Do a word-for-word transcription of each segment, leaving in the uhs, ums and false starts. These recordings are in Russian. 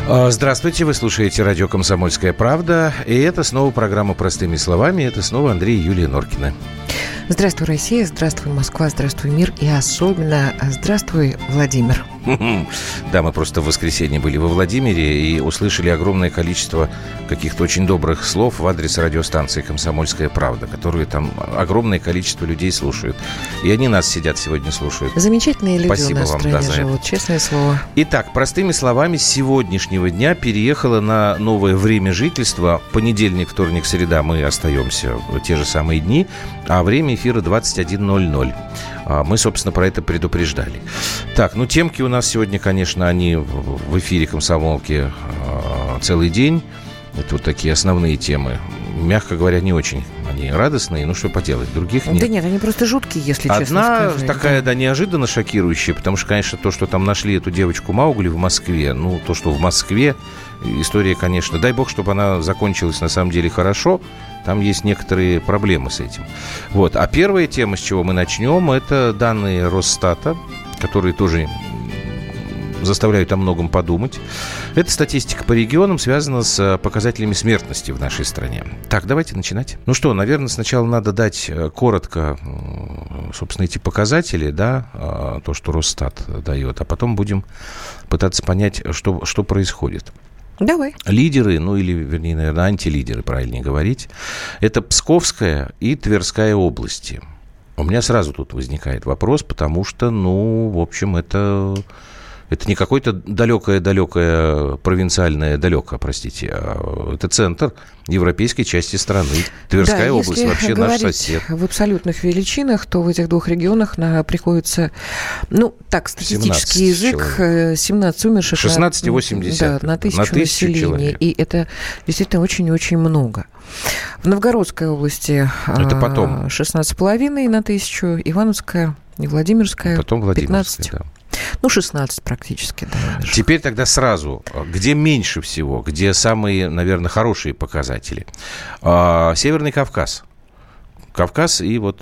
Здравствуйте, вы слушаете радио «Комсомольская правда». И это снова программа «Простыми словами». Это снова Андрей и Юлия Норкины. Здравствуй, Россия, здравствуй, Москва, здравствуй, мир. И особенно здравствуй, Владимир. Да, мы просто в воскресенье были во Владимире и услышали огромное количество каких-то очень добрых слов в адрес радиостанции «Комсомольская правда», которую там огромное количество людей слушают. И они нас сидят сегодня слушают. Замечательные люди Спасибо у нас вам, в стране да, живут, честное слово. Итак, простыми словами, с сегодняшнего дня переехала на новое время жительства. Понедельник, вторник, среда мы остаемся в те же самые дни, а время эфира двадцать один ноль ноль. Мы, собственно, про это предупреждали. Так, ну, темки у нас сегодня, конечно, они в эфире «Комсомолки» целый день. Это вот такие основные темы. Мягко говоря, не очень они радостные. Ну, что поделать, других нет. Да нет, они просто жуткие, если честно Одна сказать. такая, да. да, неожиданно шокирующая, потому что, конечно, то, что там нашли эту девочку Маугли в Москве, ну, то, что в Москве, история, конечно, дай бог, чтобы она закончилась на самом деле хорошо. Там есть некоторые проблемы с этим. Вот. А первая тема, с чего мы начнем, это данные Росстата, которые тоже заставляют о многом подумать. Это статистика по регионам, связана с показателями смертности в нашей стране. Так, давайте начинать. Ну что, наверное, сначала надо дать коротко, собственно, эти показатели, да, то, что Росстат дает, а потом будем пытаться понять, что, что происходит. Давай. Лидеры, ну или, вернее, наверное, антилидеры, правильнее говорить, это Псковская и Тверская области. У меня сразу тут возникает вопрос, потому что, ну, в общем, это... Это не какое-то далекое-далекое, провинциальное, далекое, простите, а это центр европейской части страны. Тверская да, область вообще наш сосед. В абсолютных величинах, то в этих двух регионах на, приходится, ну, так, статистический язык, человек. семнадцать умерших шестнадцать целых восемь десятых да, на тысячу, на тысячу населения. Человек. И это действительно очень-очень много. В Новгородской области это потом. шестнадцать целых пять десятых на тысячу, Ивановская и Владимирская потом Владимирская, пятнадцать. Да. Ну, шестнадцать практически, да. Теперь тогда сразу, где меньше всего, где самые, наверное, хорошие показатели? Северный Кавказ. Кавказ и вот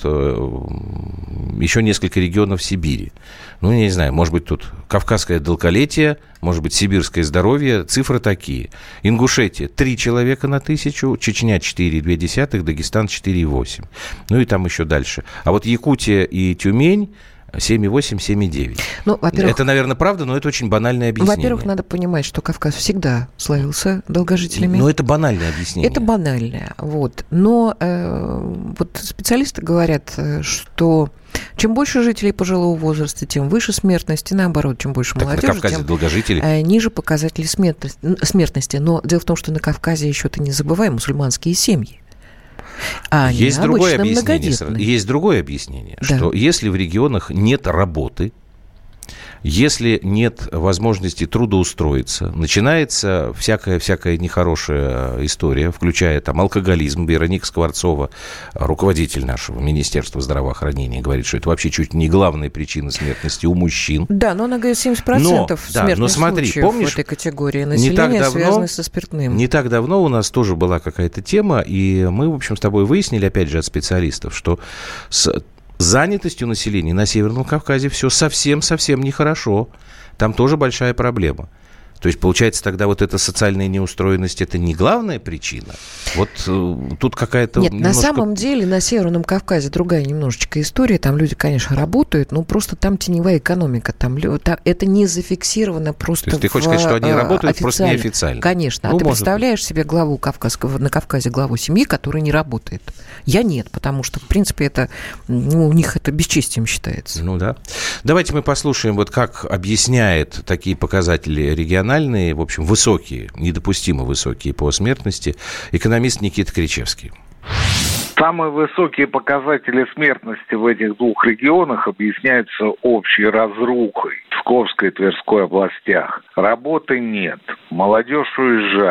еще несколько регионов Сибири. Ну, я не знаю, может быть, тут Кавказское долголетие, может быть, сибирское здоровье. Цифры такие. Ингушетия три человека на тысячу, Чечня четыре целых две десятых, Дагестан четыре целых восемь. Ну и там еще дальше. А вот Якутия и Тюмень семь целых восемь, семь целых девять. Ну, это, наверное, правда, но это очень банальное объяснение. Во-первых, надо понимать, что Кавказ всегда славился долгожителями. Но это банальное объяснение. Это банальное, вот. Но э, вот специалисты говорят, что чем больше жителей пожилого возраста, тем выше смертность, и наоборот, чем больше так молодежи, на Кавказе тем долгожители. Э, ниже показатели смертности, смертности. Но дело в том, что на Кавказе еще, ты не забывай, мусульманские семьи. А есть, другое объяснение, есть другое объяснение, да. Что если в регионах нет работы, если нет возможности трудоустроиться, начинается всякая-всякая нехорошая история, включая там алкоголизм. Вероника Скворцова, руководитель нашего Министерства здравоохранения, говорит, что это вообще чуть не главная причина смертности у мужчин. Да, но она говорит, семьдесят процентов но, смертных да, но смотри, случаев помнишь, в этой категории населения связаны со спиртным. Не так давно у нас тоже была какая-то тема, и мы, в общем, с тобой выяснили, опять же, от специалистов, что с занятостью населения на Северном Кавказе все совсем-совсем нехорошо. Там тоже большая проблема. То есть, получается, тогда вот эта социальная неустроенность – это не главная причина? Вот э, тут какая-то Нет, немножко... на самом деле на Северном Кавказе другая немножечко история. Там люди, конечно, работают, но просто там теневая экономика. Там, там это не зафиксировано просто. То есть ты хочешь сказать, что они работают просто неофициально? Конечно. Ну, а ты представляешь быть. себе главу Кавказского, на Кавказе главу семьи, которая не работает? Я нет, потому что, в принципе, это, ну, у них это бесчестием считается. Ну да. Давайте мы послушаем, вот как объясняет такие показатели региональные, в общем, высокие, недопустимо высокие по смертности, экономист Никита Кричевский. Самые высокие показатели смертности в этих двух регионах объясняются общей разрухой в Псковской и Тверской областях. Работы нет, молодежь уезжает.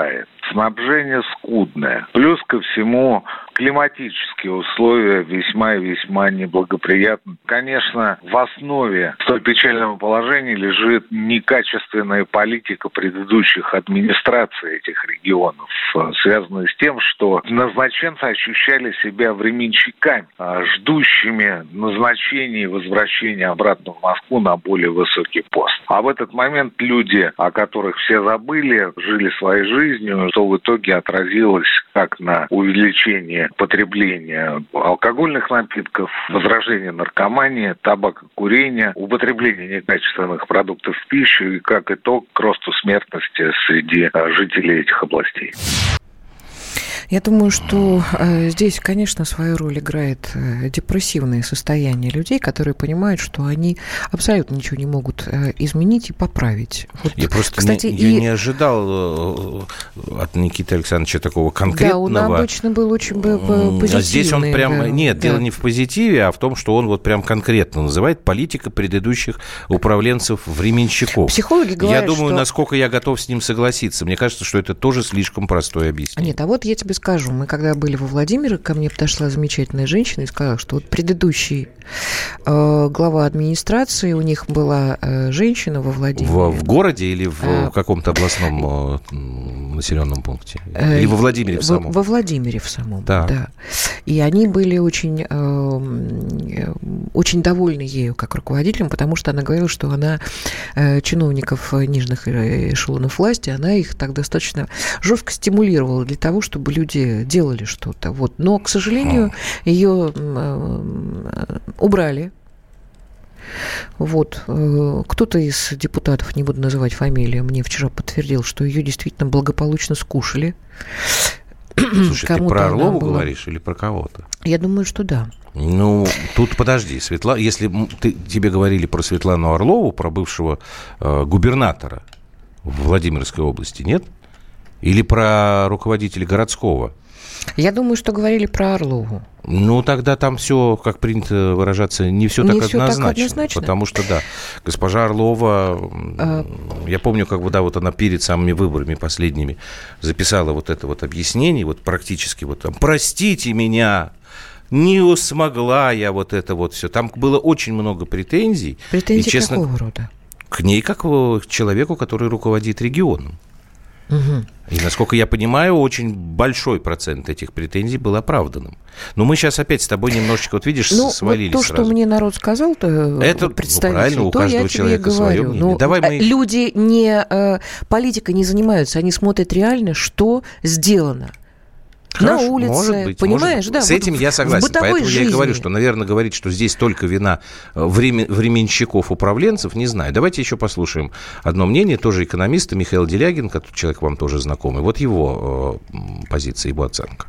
снабжение скудное. Плюс ко всему климатические условия весьма и весьма неблагоприятны. Конечно, в основе столь печального положения лежит некачественная политика предыдущих администраций этих регионов, связанная с тем, что назначенцы ощущали себя временщиками, ждущими назначения и возвращения обратно в Москву на более высокий пост. А в этот момент люди, о которых все забыли, жили своей жизнью, что в итоге отразилось как на увеличение потребления алкогольных напитков, возражение наркомании, табакокурения, употребление некачественных продуктов в пищу и, как итог, к росту смертности среди жителей этих областей. Я думаю, что э, здесь, конечно, свою роль играет э, депрессивное состояние людей, которые понимают, что они абсолютно ничего не могут э, изменить и поправить. Вот, я просто кстати, не, и... я не ожидал э, от Никиты Александровича такого конкретного. Да, он обычно был очень позитивный. А здесь он прям... Да, нет, да. дело не в позитиве, а в том, что он вот прям конкретно называет политика предыдущих управленцев-временщиков. Психологи говорят, я думаю, что... насколько я готов с ним согласиться. Мне кажется, что это тоже слишком простое объяснение. Нет, а вот я тебе скажу. Мы когда были во Владимире, ко мне подошла замечательная женщина и сказала, что вот предыдущий э, глава администрации, у них была э, женщина во Владимире. В, в городе или в а... каком-то областном э, населенном пункте? Или во Владимире в самом? Во, во Владимире в самом, да. да. И они были очень, э, очень довольны ею как руководителем, потому что она говорила, что она э, чиновников нижних эшелонов власти, она их так достаточно жестко стимулировала для того, чтобы люди делали что-то. Вот. Но, к сожалению, ее э, убрали. Вот. Кто-то из депутатов, не буду называть фамилию, мне вчера подтвердил, что ее действительно благополучно скушали. Слушай, Кому-то ты про Орлову была... говоришь или про кого-то? Я думаю, что да. Ну, тут подожди, Светлана, если ты, тебе говорили про Светлану Орлову, про бывшего э, губернатора в Владимирской области, нет? Или про руководителя городского? Я думаю, что говорили про Орлову. Ну, тогда там все, как принято выражаться, не все не так все однозначно. Так однозначно. Потому что, да, госпожа Орлова, а... я помню, как бы, да, вот она перед самыми выборами последними записала вот это вот объяснение, вот практически вот там, простите меня, не смогла я вот это вот все. Там было очень много претензий. Претензий и, честно, какого рода? К ней, как к человеку, который руководит регионом. Угу. И, насколько я понимаю, очень большой процент этих претензий был оправданным. Но мы сейчас опять с тобой немножечко, вот видишь, ну, свалились вот то, сразу. что мне народ сказал, то это представители, ну, у то каждого я человека тебе свое говорю. мнение. Ну, Давай мы... Люди не э, политикой не занимаются, они смотрят реально, что сделано. Хорошо, на улице, может быть, понимаешь, может быть. да. С вот этим я согласен, поэтому жизни. я и говорю, что, наверное, говорить, что здесь только вина времен, временщиков-управленцев, не знаю. Давайте еще послушаем одно мнение, тоже экономиста, Михаил Делягин, который человек вам тоже знакомый. Вот его э, позиция, его оценка.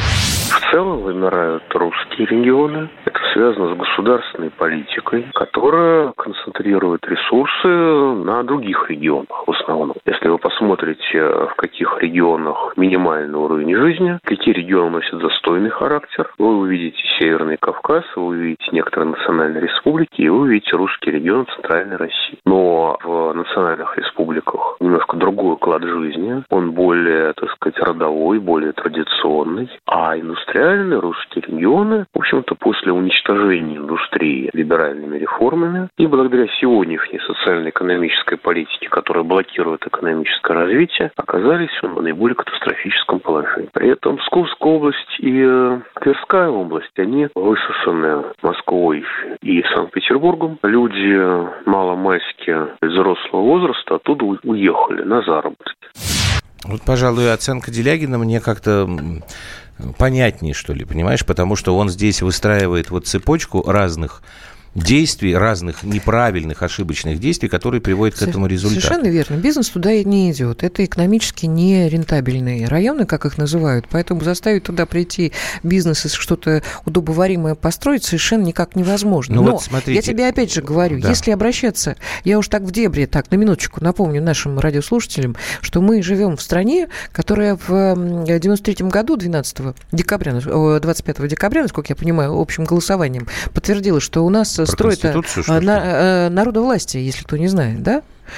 В целом вымирают русские регионы. Это связано с государственной политикой, которая концентрирует ресурсы на других регионах в основном. Если вы посмотрите, в каких регионах минимальный уровень жизни, какие регионы носят застойный характер, вы увидите Северный Кавказ, вы увидите некоторые национальные республики, и вы увидите русские регионы Центральной России. Но в национальных республиках немножко другой уклад жизни, он более, так сказать, родовой, более традиционный, а индустриальные русские регионы, в общем-то, после уничтожения индустрии либеральными реформами и благодаря сегодняшней социально-экономической политике, которая блокирует экономическое развитие, оказались в наиболее катастрофическом положении. При этом Псковская область и Тверская область, они высосаны Москвой и Санкт-Петербургом. Люди маломальски взрослого возраста оттуда уехали на заработки. Вот, пожалуй, оценка Делягина мне как-то понятнее, что ли, понимаешь? Потому что он здесь выстраивает вот цепочку разных действий, разных неправильных, ошибочных действий, которые приводят к этому результату. Совершенно верно. Бизнес туда и не идет. Это экономически нерентабельные районы, как их называют. Поэтому заставить туда прийти бизнес и что-то удобоваримое построить совершенно никак невозможно. Ну, Но вот смотрите. Я тебе опять же говорю, да. Если обращаться, я уж так в дебри, так, на минуточку напомню нашим радиослушателям, что мы живем в стране, которая в девяносто третьем году, двенадцатого декабря, двадцать пятого декабря, насколько я понимаю, общим голосованием подтвердила, что у нас строит народовластие, если кто не знает, да?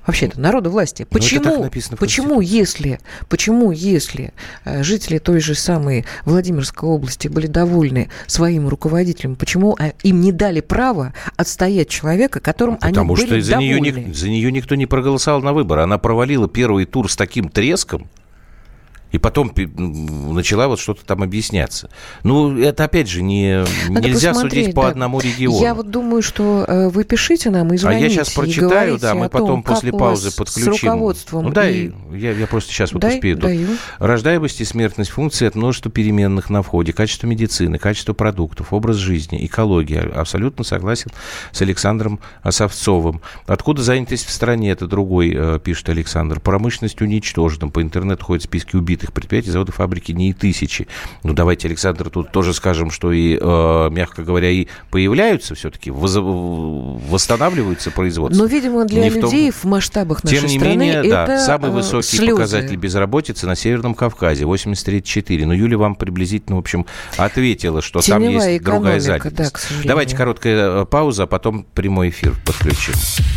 Вообще-то, народовластие. Почему, почему, если, почему, если жители той же самой Владимирской области были довольны своим руководителем, почему им не дали право отстоять человека, которым Потому они были что за довольны? Нее, не, за нее никто не проголосовал на выборы. Она провалила первый тур с таким треском, и потом начала вот что-то там объясняться. Ну, это, опять же, не, нельзя судить по да. одному региону. Я вот думаю, что э, вы пишите нам и звоните. А я сейчас прочитаю, да, мы потом том, после паузы подключим. С руководством. Ну, дай, и... я, я просто сейчас вот дай, успею. Даю. Рождаемость и смертность функции от множества переменных на входе. Качество медицины, качество продуктов, образ жизни, экология. Абсолютно согласен с Александром Осовцовым. Откуда занятость в стране? Это другой, э, пишет Александр. Промышленность уничтожена. По интернету ходят списки убитых предприятий, заводы, фабрики не и тысячи. Ну, давайте, Александр, тут тоже скажем, что и, э, мягко говоря, и появляются все-таки, воз... восстанавливаются производства. Но, видимо, для не людей в, том... в масштабах нашей Тем не страны менее, это да, самый высокий слезы. Показатель безработицы на Северном Кавказе, восемьдесят три целых четыре. Но Юля вам приблизительно, в общем, ответила, что Теневая там есть другая экономика, занятость. Да, давайте короткая пауза, а потом прямой эфир подключим.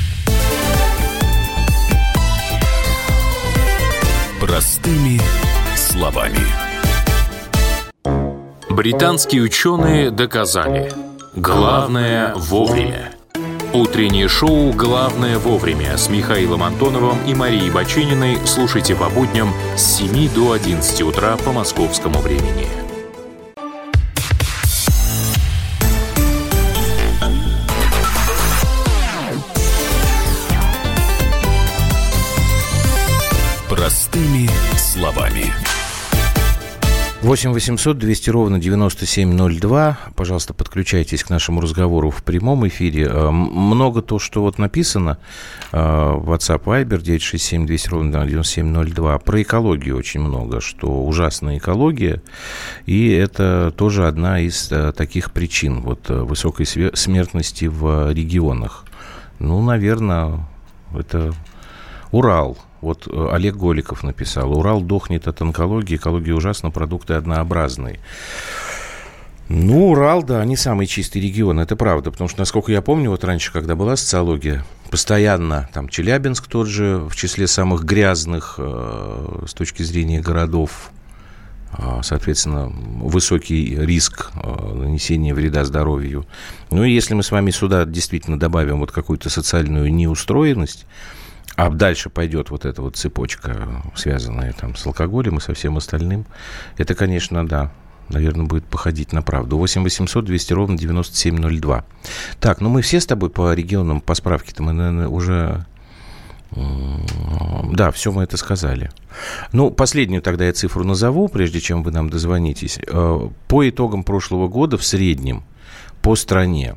Простыми словами. Британские ученые доказали: главное вовремя. Утреннее шоу «Главное вовремя» с Михаилом Антоновым и Марией Бачининой слушайте по будням с семи до одиннадцати утра по московскому времени. Простыми словами. восемь восемьсот двести ровно девяносто семь ноль два. Пожалуйста, подключайтесь к нашему разговору в прямом эфире. Много то, что вот написано в WhatsApp, Viber девять шесть семь двести ровно девяносто семь ноль два. Про экологию очень много, что ужасная экология. И это тоже одна из таких причин вот, высокой смертности в регионах. Ну, наверное, это Урал. Вот Олег Голиков написал: Урал дохнет от онкологии, экология ужасна, продукты однообразные. Ну, Урал, да, не самый чистый регион, это правда, потому что, насколько я помню, вот раньше, когда была социология, постоянно там Челябинск тот же в числе самых грязных э, с точки зрения городов, э, соответственно, высокий риск э, нанесения вреда здоровью. Ну, и если мы с вами сюда действительно добавим вот какую-то социальную неустроенность, а дальше пойдет вот эта вот цепочка, связанная там с алкоголем и со всем остальным, это, конечно, да, наверное, будет походить на правду. восемь восемьсот двести ровно девяносто семь ноль два. Так, ну мы все с тобой по регионам, по справке-то мы, наверное, уже... Да, все мы это сказали. Ну, последнюю тогда я цифру назову, прежде чем вы нам дозвонитесь. По итогам прошлого года в среднем по стране,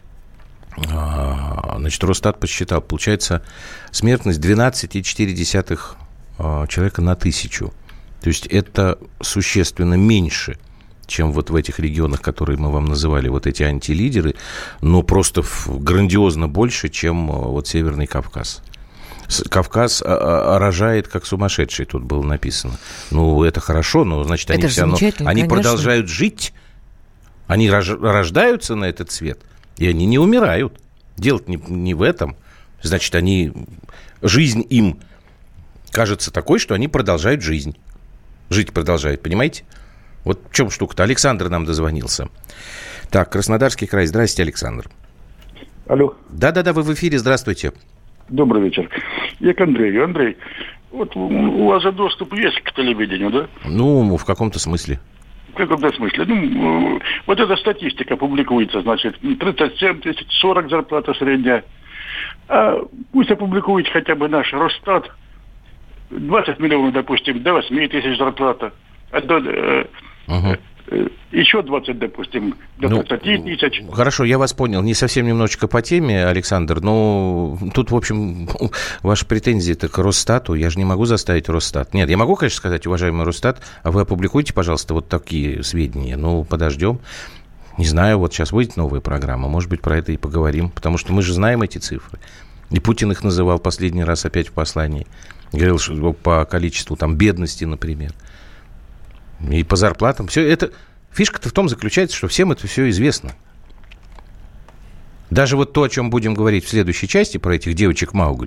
значит, Росстат посчитал, получается смертность двенадцать целых четыре десятых человека на тысячу. То есть это существенно меньше, чем вот в этих регионах, которые мы вам называли, вот эти антилидеры, но просто грандиозно больше, чем вот Северный Кавказ. Кавказ рожает как сумасшедший, тут было написано. Ну, это хорошо, но, значит, они все равно... Они конечно. Продолжают жить, они рождаются на этот свет, и они не умирают. Дело не, не в этом. Значит, они... Жизнь им кажется такой, что они продолжают жизнь. Жить продолжают, понимаете? Вот в чем штука-то. Александр нам дозвонился. Так, Краснодарский край. Здравствуйте, Александр. Алло. Да-да-да, вы в эфире. Здравствуйте. Добрый вечер. Я к Андрею. Андрей, вот у вас же доступ есть к телевидению, да? Ну, в каком-то смысле. В каком-то смысле. Ну, вот эта статистика публикуется, значит, тридцать семь тысяч, сорок зарплата средняя. А пусть опубликует хотя бы наш Росстат. двадцать миллионов, допустим, до восемь тысяч зарплата. А до, э, угу. э, еще двадцать, допустим, до ну, тридцать тысяч. Хорошо, я вас понял. Не совсем немножечко по теме, Александр, но тут, в общем, ваши претензии-то к Росстату. Я же не могу заставить Росстат. Нет, я могу, конечно, сказать, уважаемый Росстат, а вы опубликуйте, пожалуйста, вот такие сведения. Ну, подождем. Не знаю, вот сейчас выйдет новая программа, может быть, про это и поговорим, потому что мы же знаем эти цифры. И Путин их называл последний раз опять в послании. Говорил, что по количеству там бедности, например. И по зарплатам. Все это... Фишка-то в том заключается, что всем это все известно. Даже вот то, о чем будем говорить в следующей части, про этих девочек Маугли,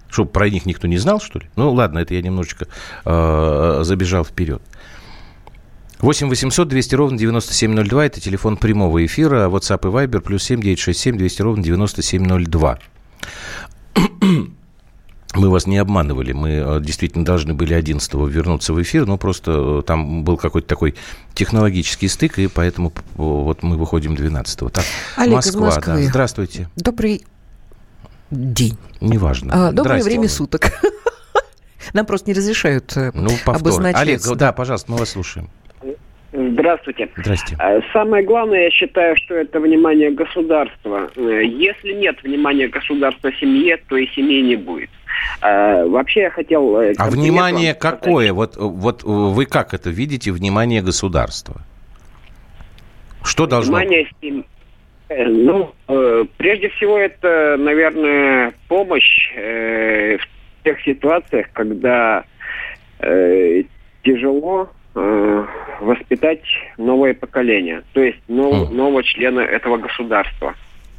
Чтобы про них никто не знал, что ли? Ну, ладно, это я немножечко э, забежал вперед. восемь восемьсот двести ровно девяносто семь ноль два. Это телефон прямого эфира. WhatsApp и Viber плюс семь девятьсот шестьдесят семь двести ровно девяносто семь ноль два. Мы вас не обманывали. Мы действительно должны были одиннадцатого вернуться в эфир, но просто там был какой-то такой технологический стык, и поэтому вот мы выходим двенадцатого. Так, Олег Москва, из Москвы. Да. Здравствуйте. Добрый день. Неважно. А, доброе время Олег. суток. Нам просто не разрешают ну, обозначать. Олег, да, пожалуйста, мы вас слушаем. Здравствуйте. Здрасте. Самое главное, я считаю, что это внимание государства. Если нет внимания государства семье, то и семьи не будет. Вообще я хотел... А внимание какое? Вот, вот вы как это видите, внимание государства? Что должно быть? Внимание семьи. Ну, прежде всего, это, наверное, помощь в тех ситуациях, когда тяжело воспитать новое поколение, то есть нов, нового члена этого государства.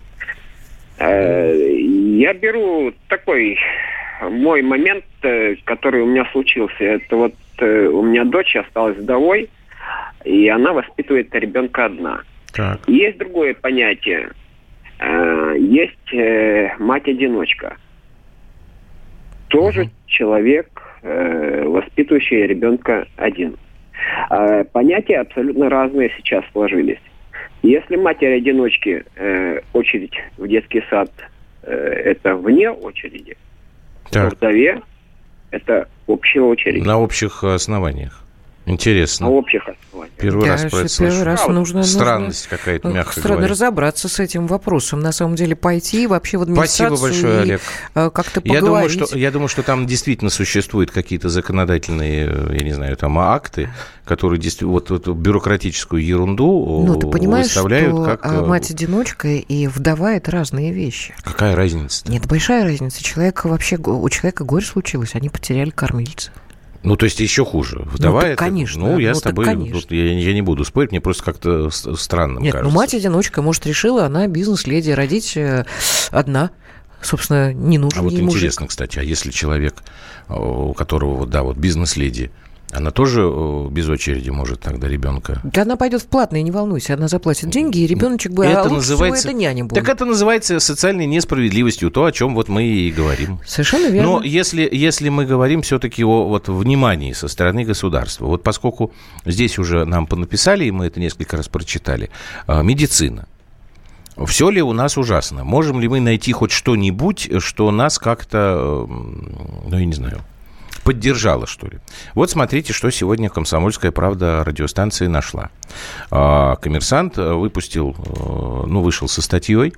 Я беру такой мой момент, который у меня случился. Это вот у меня дочь осталась вдовой, и она воспитывает ребенка одна. Так. Есть другое понятие. Есть мать-одиночка. Тоже угу. человек, воспитывающий ребенка один. Понятия абсолютно разные сейчас сложились. Если матери-одиночки э, очередь в детский сад э, это вне очереди, так. то вдове это общая очередь. На общих основаниях. Интересно. На общих основаниях. Первый да, раз про это слышу. Раз нужно, Странность нужно, какая-то, мягко странно говоря. разобраться с этим вопросом. На самом деле пойти вообще в администрацию. Спасибо большое, и Олег. Как-то я думаю, поговорить. что, я думаю, что там действительно существуют какие-то законодательные, я не знаю, там акты, которые действительно вот эту бюрократическую ерунду ну, ты понимаешь, выставляют что как... мать-одиночка и вдова – это разные вещи. Какая разница? Нет, большая разница. Человек вообще, у человека горе случилось, они потеряли кормильца. Ну, то есть еще хуже. Вдова ну, это... конечно. Ну, я ну, с тобой... Тут, я, я не буду спорить, мне просто как-то странно Нет, кажется. ну, мать-одиночка, может, решила она бизнес-леди родить одна. Собственно, не нужен А вот ей интересно, мужик. кстати, а если человек, у которого, да, вот бизнес-леди, она тоже без очереди может тогда ребенка... Да она пойдет в платное, не волнуйся. Она заплатит деньги, и ребеночек будет... Это а лучше называется... всего это няня будет. Так это называется социальной несправедливостью, то, о чем вот мы и говорим. Совершенно верно. Но если, если мы говорим все-таки о вот, внимании со стороны государства, вот поскольку здесь уже нам понаписали, и мы это несколько раз прочитали, медицина. Все ли у нас ужасно? Можем ли мы найти хоть что-нибудь, что нас как-то, ну, я не знаю... поддержала, что ли. Вот смотрите, что сегодня «Комсомольская правда» радиостанции нашла. «Коммерсант» выпустил, ну, вышел со статьей,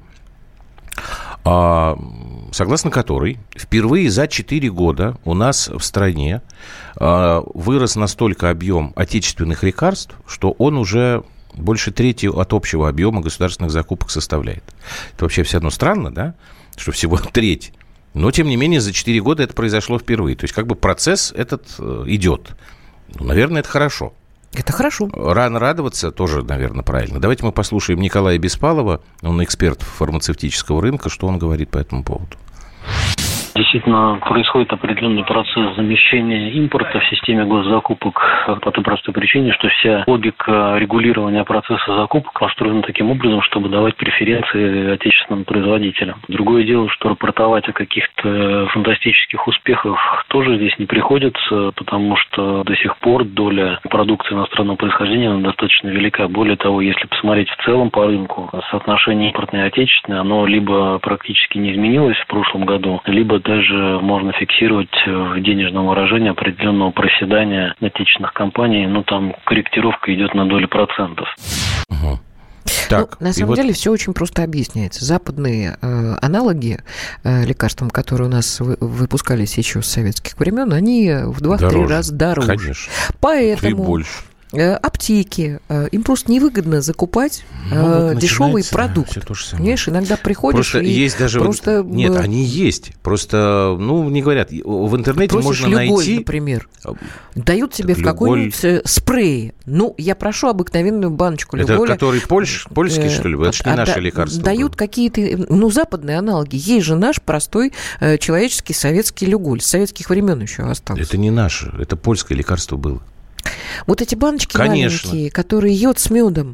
согласно которой впервые за четыре года у нас в стране вырос настолько объем отечественных лекарств, что он уже больше трети от общего объема государственных закупок составляет. Это вообще все равно странно, да, что всего треть. Но, тем не менее, за четыре года это произошло впервые. То есть, как бы процесс этот идет. Ну, наверное, это хорошо. Это хорошо. Рано радоваться тоже, наверное, правильно. Давайте мы послушаем Николая Беспалова. Он эксперт фармацевтического рынка. Что он говорит по этому поводу? Действительно, происходит определенный процесс замещения импорта в системе госзакупок по той простой причине, что вся логика регулирования процесса закупок построена таким образом, чтобы давать преференции отечественным производителям. Другое дело, что рапортовать о каких-то фантастических успехах тоже здесь не приходится, потому что до сих пор доля продукции иностранного происхождения она достаточно велика. Более того, если посмотреть в целом по рынку, соотношение импортное и отечественное, оно либо практически не изменилось в прошлом году, либо даже можно фиксировать в денежном выражении определенного проседания отечественных компаний. Ну, там корректировка идет на доли процентов. Угу. Так, ну, на самом вот... деле все очень просто объясняется. Западные э, аналоги э, лекарствам, которые у нас вы, выпускались еще с советских времен, они в два-три раза дороже. Конечно. Поэтому... И больше. аптеки. Им просто невыгодно закупать ну, вот дешевый продукт. Понимаешь, иногда приходишь просто и есть даже просто... Вот, нет, они есть. Просто, ну, не говорят. В интернете просишь можно Люголь, найти... например. Дают тебе так, в какой-нибудь спрей. Ну, я прошу обыкновенную баночку Это Люголя. который польш, польский, что ли? Это же не а, наше да, лекарство. Дают было. Какие-то, ну, западные аналоги. Есть же наш простой э, человеческий советский Люголь. С советских времен еще остался. Это не наше. Это польское лекарство было. Вот эти баночки Конечно. маленькие, которые йод с медом.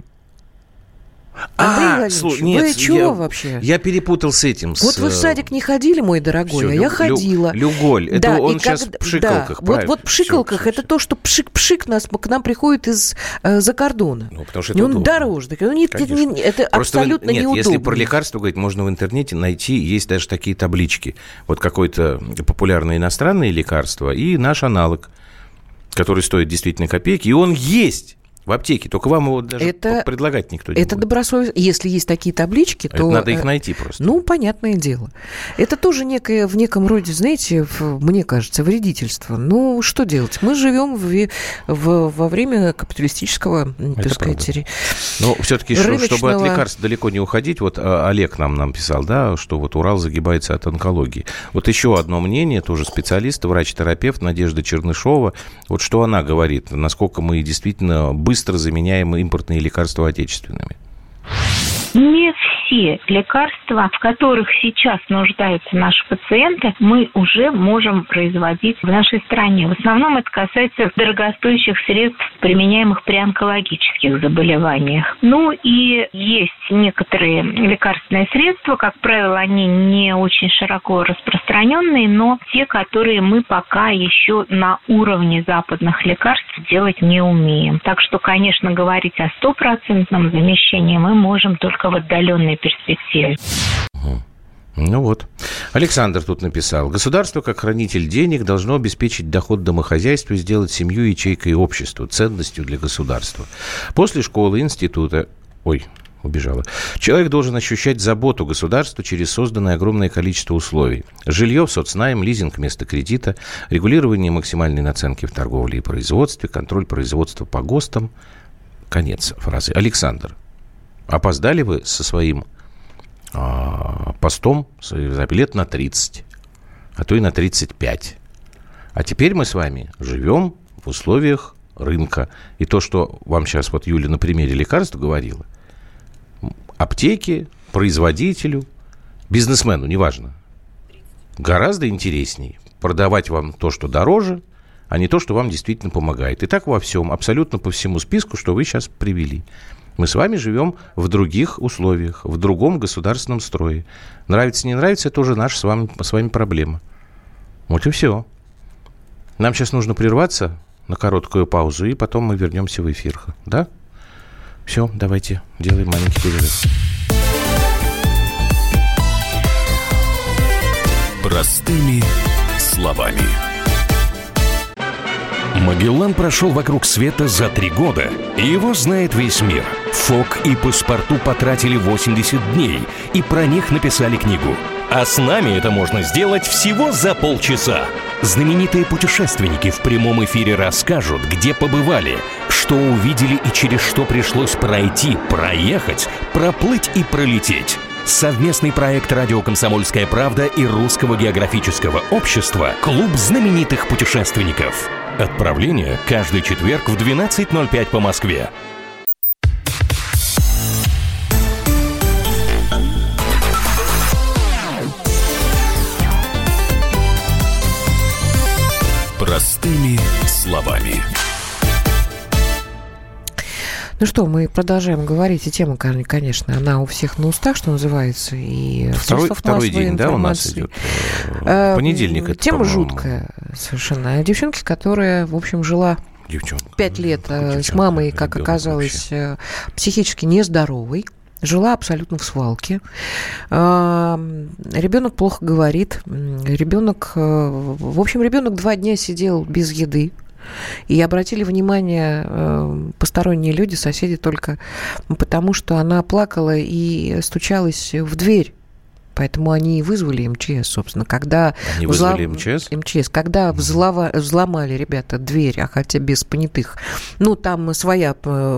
А, слушай, нет, вы чего я, вообще? Я перепутал с этим. Вот с... вы в садик не ходили, мой дорогой, Всё, а лю, я ходила. Лю, Люголь, это да, он сейчас как... в пшикалках. Да, вот, вот в пшикалках Всё, это то, что пшик-пшик нас, к нам приходит из-за э, кордона. Ну, потому что это он удобно. дороже. Ну, нет, это, не, это абсолютно вы, нет, неудобно. Если про лекарства говорить, можно в интернете найти, есть даже такие таблички. Вот какое-то популярное иностранное лекарство и наш аналог, который стоит действительно копейки, и он есть в аптеке, только вам его даже это, предлагать никто не это будет. Это добросовестно. Если есть такие таблички, это то... надо их найти просто. Ну, понятное дело. Это тоже некое, в неком роде, знаете, в, мне кажется, вредительство. Ну, что делать? Мы живем в, в, во время капиталистического, это так сказать... Ре... Но все-таки, рыночного... чтобы от лекарств далеко не уходить, вот Олег нам, нам писал, да, что вот Урал загибается от онкологии. Вот еще одно мнение, тоже специалист, врач-терапевт Надежда Чернышова. Вот что она говорит, насколько мы действительно быстро быстро заменяем импортные лекарства отечественными? Не все лекарства, в которых сейчас нуждаются наши пациенты, мы уже можем производить в нашей стране. В основном это касается дорогостоящих средств, применяемых при онкологических заболеваниях. Ну и есть некоторые лекарственные средства, как правило, они не очень широко распространенные, но те, которые мы пока еще на уровне западных лекарств делать не умеем. Так что, конечно, говорить о стопроцентном замещении мы можем только в отдаленной перспективе. Ну вот. Александр тут написал. Государство, как хранитель денег, должно обеспечить доход домохозяйству и сделать семью ячейкой общества, ценностью для государства. После школы, института... Ой, убежала. Человек должен ощущать заботу государства через созданное огромное количество условий. Жилье, соцнайм, лизинг вместо кредита, регулирование максимальной наценки в торговле и производстве, контроль производства по ГОСТам. Конец фразы. Александр, опоздали вы со своим а, постом лет на тридцать, а то и на тридцать пять. А теперь мы с вами живем в условиях рынка. И то, что вам сейчас вот Юля на примере лекарств говорила, аптеке, производителю, бизнесмену, неважно, гораздо интереснее продавать вам то, что дороже, а не то, что вам действительно помогает. И так во всем, абсолютно по всему списку, что вы сейчас привели. Мы с вами живем в других условиях, в другом государственном строе. Нравится, не нравится, это уже наша с вами, с вами проблема. Вот и все. Нам сейчас нужно прерваться на короткую паузу, и потом мы вернемся в эфир. Да? Все, давайте делаем маленький перерыв. Простыми словами. Магеллан прошел вокруг света за три года, и его знает весь мир. Фок и Паспарту потратили восемьдесят дней, и про них написали книгу. А с нами это можно сделать всего за полчаса. Знаменитые путешественники в прямом эфире расскажут, где побывали, что увидели и через что пришлось пройти, проехать, проплыть и пролететь. Совместный проект «Радио Комсомольская правда» и Русского географического общества «Клуб знаменитых путешественников». Отправление каждый четверг в двенадцать ноль пять по Москве. Простыми словами. Ну что, мы продолжаем говорить, и тема, конечно, она у всех на устах, что называется, и второй, второй день, да, у нас идет? Понедельник это, тема по-моему. Жуткая совершенно. Девчонки, которая, в общем, жила Девчонка. пять лет Девчонка, с мамой, как оказалось, вообще. Психически нездоровой. Жила абсолютно в свалке. Ребенок плохо говорит. Ребенок, в общем, ребенок два дня сидел без еды. И обратили внимание э, посторонние люди, соседи, только потому, что она плакала и стучалась в дверь Поэтому они и вызвали эм че эс, собственно. Когда они вызвали взлом... эм че эс? эм че эс. Когда взлова... взломали, ребята, дверь, а хотя без понятых, ну, там своя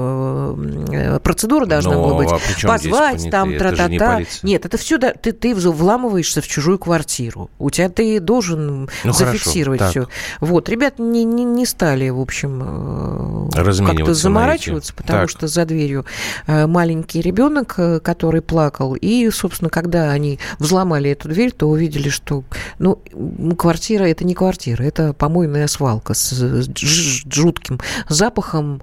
процедура должна Но, была быть. А позвать, там, тра-та-та. Не Нет, это все, да, ты, ты вламываешься в чужую квартиру. У тебя ты должен ну, зафиксировать все. Вот, ребят не, не, не стали, в общем, как-то заморачиваться, потому так. что за дверью маленький ребенок, который плакал, и, собственно, когда они взломали эту дверь, то увидели, что, ну, квартира – это не квартира, это помойная свалка с жутким запахом.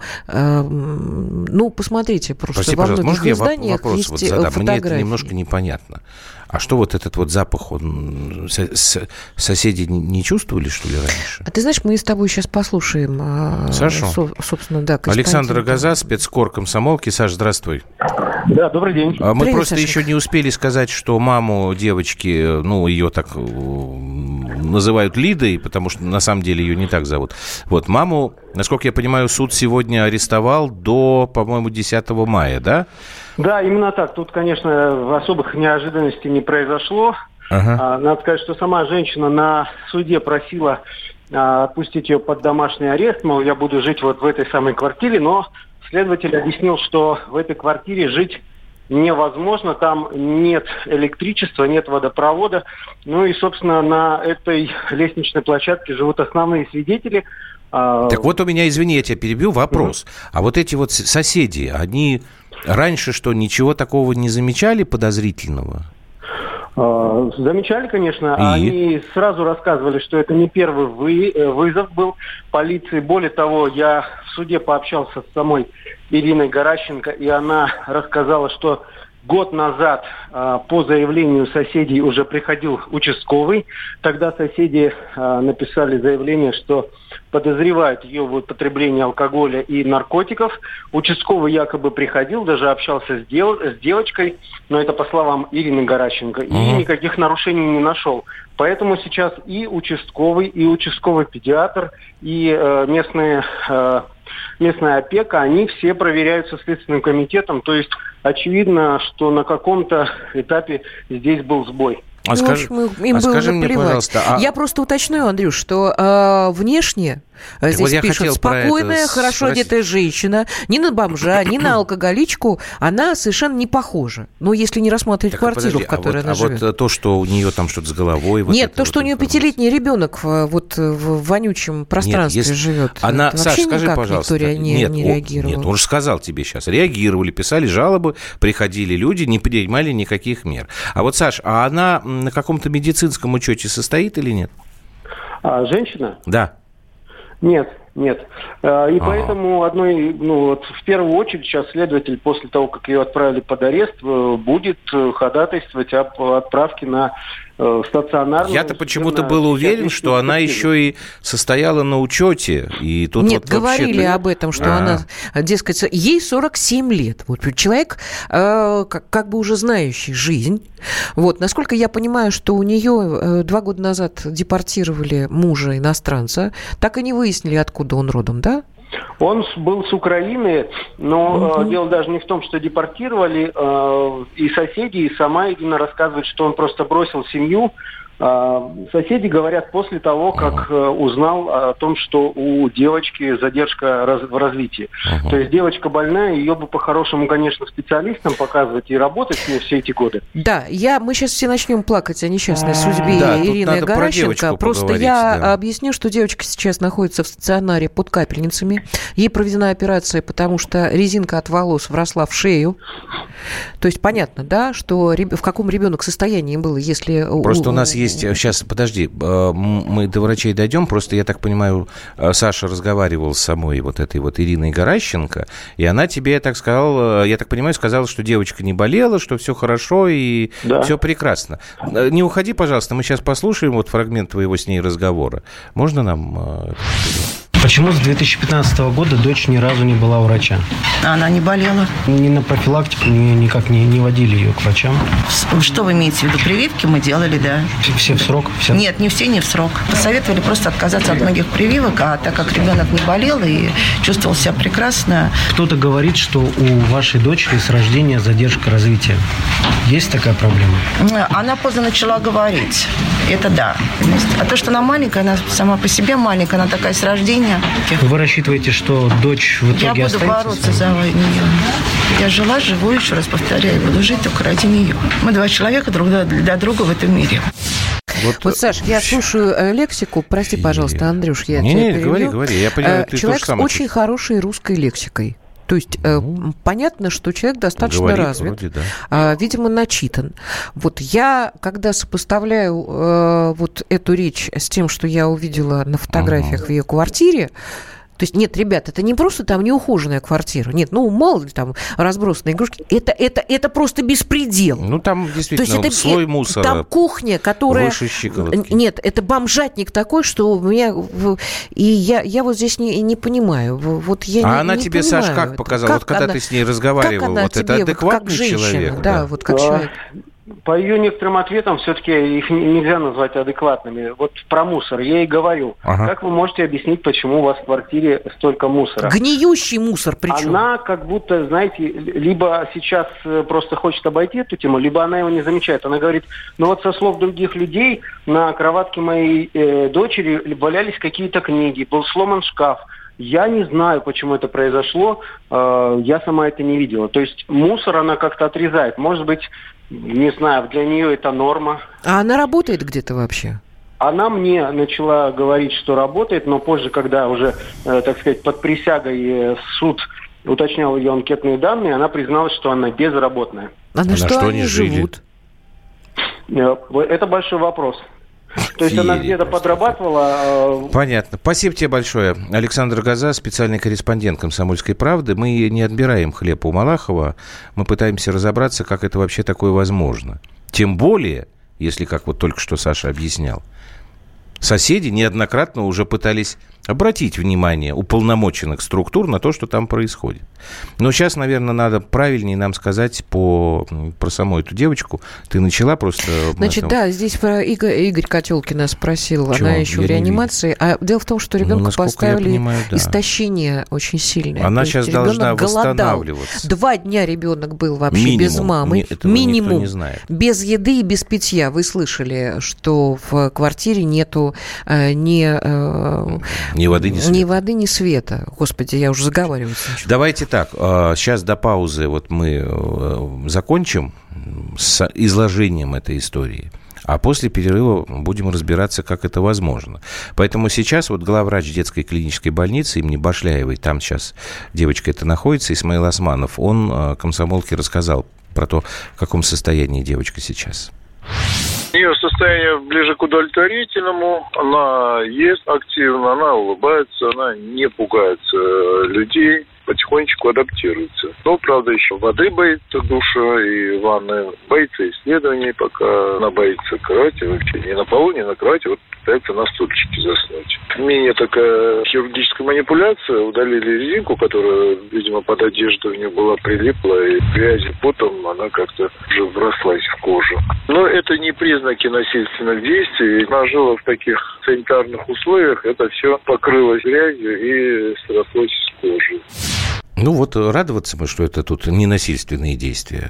Ну, посмотрите, просто Прости, во многих можно изданиях я вопрос есть вот задам? фотографии. Мне это немножко непонятно. А что вот этот вот запах, он соседи не чувствовали, что ли, раньше? А ты знаешь, мы с тобой сейчас послушаем, Сашу? Со, собственно, да, Александр Агаза, спецкор комсомолки. Саш, здравствуй. Да, добрый день. Мы Привет, просто Сашенька. еще не успели сказать, что маму девочки, ну, ее так называют Лидой, потому что на самом деле ее не так зовут. Вот, маму, насколько я понимаю, суд сегодня арестовал до, по-моему, десятого мая, да? Да, именно так. Тут, конечно, особых неожиданностей не произошло. Ага. Надо сказать, что сама женщина на суде просила отпустить ее под домашний арест, мол, я буду жить вот в этой самой квартире, но следователь объяснил, что в этой квартире жить невозможно, там нет электричества, нет водопровода. Ну и, собственно, на этой лестничной площадке живут основные свидетели. Так вот у меня, извини, я тебя перебью, вопрос. Mm-hmm. А вот эти вот соседи, они раньше что, ничего такого не замечали подозрительного? Замечали, конечно. И? Они сразу рассказывали, что это не первый вы, вызов был полиции. Более того, я в суде пообщался с самой Ириной Горащенко, и она рассказала, что год назад по заявлению соседей уже приходил участковый. Тогда соседи написали заявление, что подозревают ее в употреблении алкоголя и наркотиков. Участковый якобы приходил, даже общался с, дев... с девочкой, но это по словам Ирины Горащенко, и mm-hmm. никаких нарушений не нашел. Поэтому сейчас и участковый, и участковый педиатр, и э, местные... Э, местная опека, они все проверяются Следственным комитетом. То есть очевидно, что на каком-то этапе здесь был сбой. А ну, скажи, в общем, им а было скажи мне, наплевать. пожалуйста... А... Я просто уточню, Андрюш, что э, внешне так здесь вот пишут спокойная, хорошо спросить. Одетая женщина, ни на бомжа, ни на алкоголичку, она совершенно не похожа. Ну, если не рассматривать так, квартиру, в которой а вот, она а живет. А вот то, что у нее там что-то с головой... Вот Нет, то, вот что у нее пятилетний ребенок вот в вонючем пространстве Нет, если... живет. Она... Саша, скажи, пожалуйста. Не, нет, не он, реагировал. Нет, он же сказал тебе сейчас. Реагировали, писали жалобы, приходили люди, не принимали никаких мер. А вот, Саш, а она на каком-то медицинском учете состоит или нет? А, женщина? Да. Нет, нет. И А-а-а. Поэтому одной, ну, вот в первую очередь сейчас следователь после того, как ее отправили под арест, будет ходатайствовать об отправке на стационарную. Я-то почему-то был уверен, что она еще и состояла на учете. И тут Нет, вот говорили вообще... об этом, что А-а-а. она, дескать, ей сорок семь лет. Вот человек, э, как, как бы уже знающий жизнь. Вот, насколько я понимаю, что у нее э, два года назад депортировали мужа иностранца, так и не выяснили, откуда он родом, да? Он был с Украины, но uh-huh. э, дело даже не в том, что депортировали. Э, и соседи, и сама Ирина рассказывает, что он просто бросил семью. Э, соседи говорят после того, как э, узнал о том, что у девочки задержка раз, в развитии. Uh-huh. То есть девочка больная, ее бы по-хорошему, конечно, специалистам показывать и работать с ней все эти годы. Да, я, мы сейчас все начнем плакать о несчастной судьбе да, Ирины Горащенко. Просто я да. объясню, что девочка сейчас находится в стационаре под капельницами. Ей проведена операция, потому что резинка от волос вросла в шею. То есть понятно, да, что в каком ребенок состоянии было, если... Просто у, у нас есть... Сейчас, подожди, мы до врачей дойдем. Просто, я так понимаю, Саша разговаривал с самой вот этой вот Ириной Горащенко, и она тебе, я так сказал, я так понимаю, сказала, что девочка не болела, что все хорошо и да. все прекрасно. Не уходи, пожалуйста, мы сейчас послушаем вот фрагмент твоего с ней разговора. Можно нам... Почему с две тысячи пятнадцатого года дочь ни разу не была у врача? Она не болела. Ни на профилактику, ни, никак не, не водили ее к врачам? Что вы имеете в виду? Прививки мы делали, да. Все в срок? Все? Нет, не все, не в срок. Посоветовали просто отказаться от многих прививок, а так как ребенок не болел и чувствовал себя прекрасно. Кто-то говорит, что у вашей дочери с рождения задержка развития. Есть такая проблема? Она поздно начала говорить. Это да. А то, что она маленькая, она сама по себе маленькая, она такая с рождения. Вы рассчитываете, что дочь в итоге останется? Я буду бороться за нее. Я жила, живу, еще раз повторяю, буду жить только ради нее. Мы два человека друг для друга в этом мире. Вот, вот, Саш, я слушаю э, лексику. Прости, пожалуйста, Андрюш, я не, тебя не, перебью. говори, говори. Я понимаю, э, ты человек с очень чувствуешь. хорошей русской лексикой. То есть э, понятно, что человек достаточно Говорит, развит, вроде, да. э, видимо, начитан. Вот я, когда сопоставляю э, вот эту речь с тем, что я увидела на фотографиях uh-huh. в ее квартире, то есть, нет, ребят, это не просто там неухоженная квартира. Нет, ну, мало ли там разбросанные игрушки. Это, это, это просто беспредел. Ну, там действительно то есть это, слой мусора. Там кухня, которая... Выше щиколотки. Нет, это бомжатник такой, что у меня... И я, я вот здесь не, не понимаю. Вот я а не, она не тебе, понимаю Саш, как это. показала? Как вот когда она, ты с ней разговаривал, вот это тебе, адекватный как женщина, человек? Да, да, вот как да. человек. По ее некоторым ответам все-таки их нельзя назвать адекватными. Вот про мусор я ей говорю. Ага. Как вы можете объяснить, почему у вас в квартире столько мусора? Гниющий мусор причем. Она как будто, знаете, либо сейчас просто хочет обойти эту тему, либо она его не замечает. Она говорит, ну вот со слов других людей на кроватке моей э, дочери валялись какие-то книги, был сломан шкаф. Я не знаю, почему это произошло, я сама это не видела. То есть мусор она как-то отрезает. Может быть, не знаю, для нее это норма. А она работает где-то вообще? Она мне начала говорить, что работает, но позже, когда уже, так сказать, под присягой суд уточнял ее анкетные данные, она призналась, что она безработная. А на, а что, на что они живут? Это большой вопрос. То есть она где-то подрабатывала. Понятно. Спасибо тебе большое. Александр Гоза, специальный корреспондент «Комсомольской правды». Мы не отбираем хлеб у Малахова. Мы пытаемся разобраться, как это вообще такое возможно. Тем более, если, как вот только что Саша объяснял, соседи неоднократно уже пытались обратить внимание уполномоченных структур на то, что там происходит. Но сейчас, наверное, надо правильнее нам сказать по, про саму эту девочку. Ты начала просто... Значит, этом... да, здесь про Игорь, Игорь Котелкина спросил, Чего? Она еще Я в реанимации. А дело в том, что ребенку ну, поставили понимаю, да. истощение очень сильное. Она то сейчас должна голодал. восстанавливаться. Два дня ребенок был вообще Минимум. без мамы. Этого Минимум. Никто не знает. Без еды и без питья. Вы слышали, что в квартире нету э, ни... Э, Ни воды, ни света. Ни воды, ни света. Господи, я уже заговариваюсь. Давайте так. Сейчас до паузы вот мы закончим с изложением этой истории. А после перерыва будем разбираться, как это возможно. Поэтому сейчас вот главврач детской клинической больницы имени Башляевой, там сейчас девочка эта находится, Исмаил Османов, он комсомолке рассказал про то, в каком состоянии девочка сейчас. Ее состояние ближе к удовлетворительному. Она ест активно, она улыбается, она не пугается людей, потихонечку адаптируется. Но, правда, еще воды боится, душа и ванны, боится исследований, пока она боится кровати, вообще не на полу, не на кровати, вот пытается на стульчике заснуть. Менее такая хирургическая манипуляция, удалили резинку, которая, видимо, под одеждой у нее была прилипла, и грязью, потом она как-то уже врослась в кожу. Но это не признаки насильственных действий. Она жила в таких санитарных условиях, это все покрылось грязью и срослось с кожей. Ну вот радоваться мы, что это тут ненасильственные действия.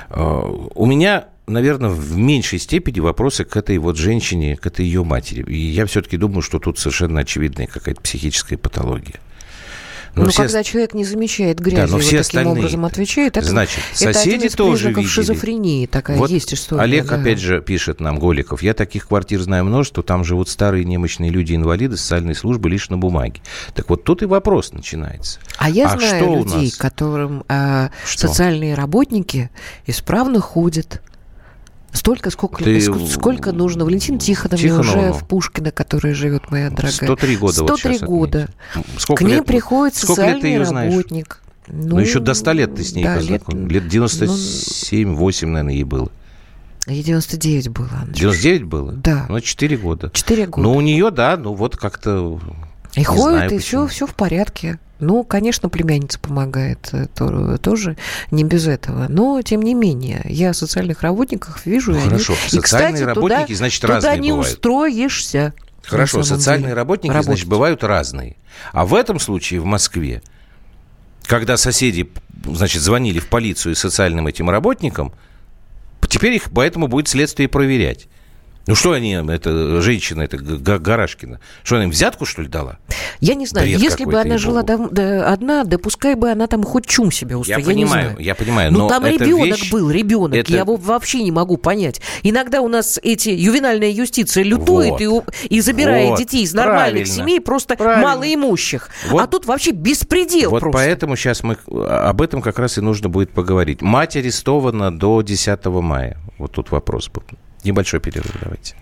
У меня, наверное, в меньшей степени вопросы к этой вот женщине, к этой ее матери. И я все-таки думаю, что тут совершенно очевидная какая-то психическая патология. Но ну, все... когда человек не замечает грязи, да, вот таким остальные... образом отвечает, это, Значит, это соседи один из тоже признаков видели. Шизофрении такая вот есть история. Олег, да. опять же, пишет нам, Голиков, я таких квартир знаю множество, там живут старые немощные люди-инвалиды, социальные службы лишь на бумаге. Так вот тут и вопрос начинается. А я а знаю что людей, нас... которым э, социальные работники исправно ходят. Столько, сколько, Ты... сколько нужно. Валентина Тихоновна, Тихоновна уже в Пушкино, которая живет, моя дорогая. сто три года. сто три вот года. Сколько К ней лет, приходит социальный работник. Ну, ну, еще до ста лет ты с ней да, познакомилась. Лет, лет девяносто семь восемь, наверное, ей было. Ей девяносто девять было. девяносто девять было? Да. Ну, четыре года. четыре года. Ну, у нее, да, ну, вот как-то... И ходит, и все, все в порядке. Ну, конечно, племянница помогает то, тоже, не без этого. Но, тем не менее, я о социальных работниках вижу. Ну, хорошо, они... социальные и, кстати, работники, туда, значит, туда разные не бывают. устроишься. Хорошо, социальные деле. работники, Работать. значит, бывают разные. А в этом случае в Москве, когда соседи, значит, звонили в полицию и социальным этим работникам, теперь их поэтому будет следствие проверять. Ну, что они, это женщина, это Гарашкина, что она им взятку, что ли, дала? Я не знаю, Бред если бы она жила до, до, одна, да пускай бы она там хоть чум себе устроила. Я, я понимаю, не знаю. я понимаю, но, но там эта ребенок вещь, был, ребенок, это... я его вообще не могу понять. Иногда у нас эти, ювенальная юстиция лютует вот. и, и забирает вот. детей из нормальных Правильно. семей, просто Правильно. малоимущих. Вот. А тут вообще беспредел вот просто. Поэтому сейчас мы об этом как раз и нужно будет поговорить. Мать арестована до десятого мая. Вот тут вопрос был. Небольшой перерыв давайте.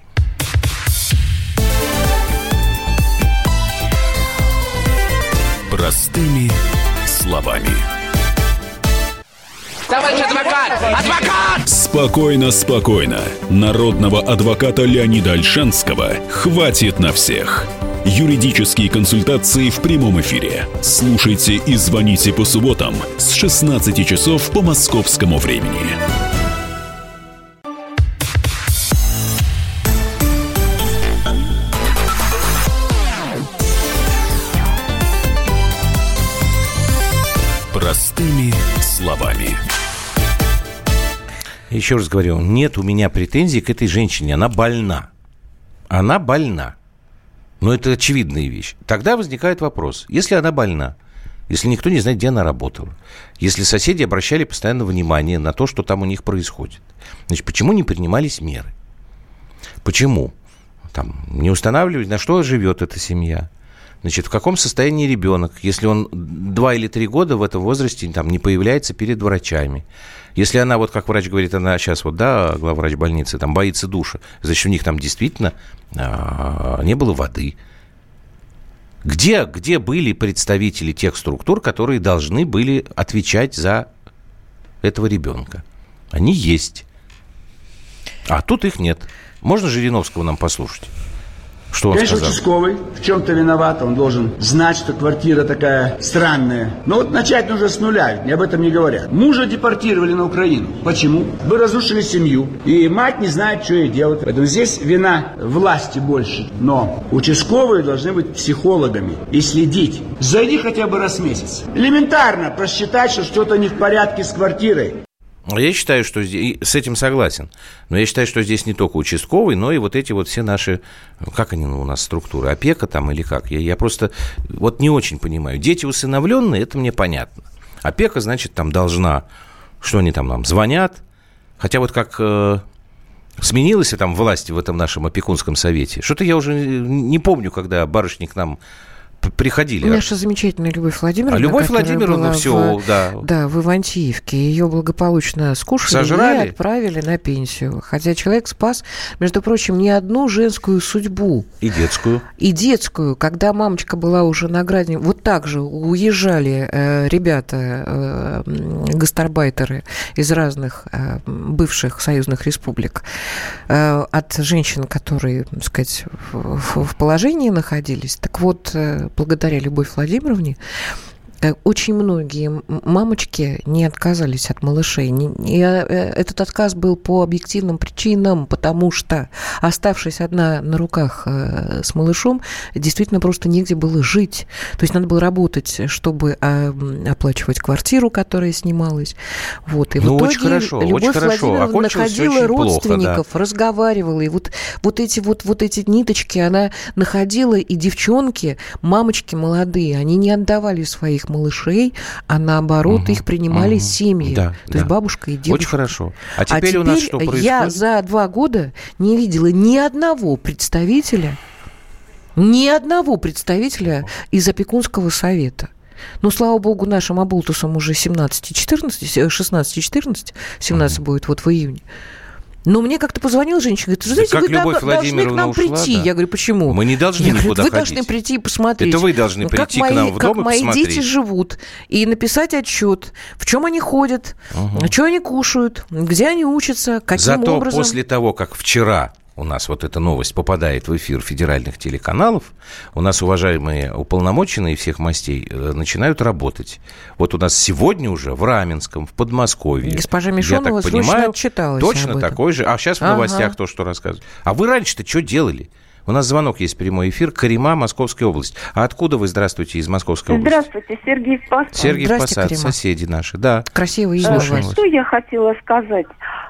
Простыми словами. Товарищ адвокат! Адвокат! Спокойно, спокойно. Народного адвоката Леонида Ольшанского хватит на всех. Юридические консультации в прямом эфире. Слушайте и звоните по субботам с шестнадцати часов по московскому времени. Простыми словами. Еще раз говорю, нет у меня претензий к этой женщине. Она больна. Она больна. Но это очевидная вещь. Тогда возникает вопрос. Если она больна, если никто не знает, где она работала, если соседи обращали постоянно внимание на то, что там у них происходит, значит, почему не принимались меры? Почему? Там, не устанавливать, на что живет эта семья? Значит, в каком состоянии ребенок, если он два или три года в этом возрасте там, не появляется перед врачами? Если она, вот как врач говорит, она сейчас, вот, да, главврач больницы, там, боится душа, значит, у них там действительно а, не было воды. Где, где были представители тех структур, которые должны были отвечать за этого ребенка? Они есть. А тут их нет. Можно Жириновского нам послушать? Что он Конечно, сказал? участковый в чем-то виноват, он должен знать, что квартира такая странная. Но вот начать нужно с нуля, ведь об этом не говорят. Мужа депортировали на Украину. Почему? Вы разрушили семью, и мать не знает, что ей делать. Поэтому здесь вина власти больше. Но участковые должны быть психологами и следить. Зайди хотя бы раз в месяц. Элементарно просчитать, что что-то не в порядке с квартирой. Я считаю, что здесь, с этим согласен, но я считаю, что здесь не только участковый, но и вот эти вот все наши, как они у нас структуры, опека там или как, я, я просто вот не очень понимаю. Дети усыновленные, это мне понятно. Опека, значит, там должна, что они там нам звонят, хотя вот как э, сменилась там власть в этом нашем опекунском совете, что-то я уже не помню, когда барышни к нам приходили. Наша замечательная Любовь Владимировна. А Любовь Владимировна, все, в, да. Да, в Ивантеевке. Ее благополучно скушали Сожрали? и отправили на пенсию. Хотя человек спас, между прочим, не одну женскую судьбу. И детскую. И детскую. Когда мамочка была уже на грани, вот так же уезжали э, ребята, э, гастарбайтеры из разных э, бывших союзных республик э, от женщин, которые, так сказать, в, в положении находились. Так вот, э, благодаря Любовь Владимировне очень многие мамочки не отказались от малышей. И этот отказ был по объективным причинам, потому что, оставшись одна на руках с малышом, действительно просто негде было жить. То есть надо было работать, чтобы оплачивать квартиру, которая снималась. Вот. И ну, в итоге очень хорошо, Любовь очень Владимировна хорошо. находила родственников, плохо, да. разговаривала. И вот, вот, эти, вот, вот эти ниточки она находила, и девчонки, мамочки молодые, они не отдавали своих малышей, а наоборот угу, их принимали угу, семьи. Да, То да. есть бабушка и дедушка. Очень хорошо. А теперь, а теперь у нас что происходит? Я за два года не видела ни одного представителя, ни одного представителя из опекунского совета. Ну, слава богу, нашим оболтусам уже семнадцать четырнадцать, шестнадцать четырнадцать, семнадцать угу. будет вот в июне. Но мне как-то позвонила женщина, говорит, знаете, да вы Любовь должны к нам ушла, прийти. Да. Я говорю, почему? Мы не должны я никуда говорю, вы ходить. должны прийти и посмотреть. Это вы должны ну, прийти как к нам мои, в дом как и посмотреть. мои дети живут. И написать отчет, в чем они ходят, угу. что они кушают, где они учатся, каким Зато образом. после того, как вчера у нас вот эта новость попадает в эфир федеральных телеканалов, у нас уважаемые уполномоченные всех мастей начинают работать. Вот у нас сегодня уже в Раменском, в Подмосковье. Госпожа Мишонова, я так понимаю, отчиталась точно об этом. такой же. А сейчас в новостях ага. то, что рассказывают. А вы раньше-то что делали? У нас звонок есть, прямой эфир. Карима, Московская область. А откуда вы, здравствуйте, из Московской области? Здравствуйте, Сергей Посад. Сергей Посад, соседи наши, да. Красивое имя. Что я хотела сказать?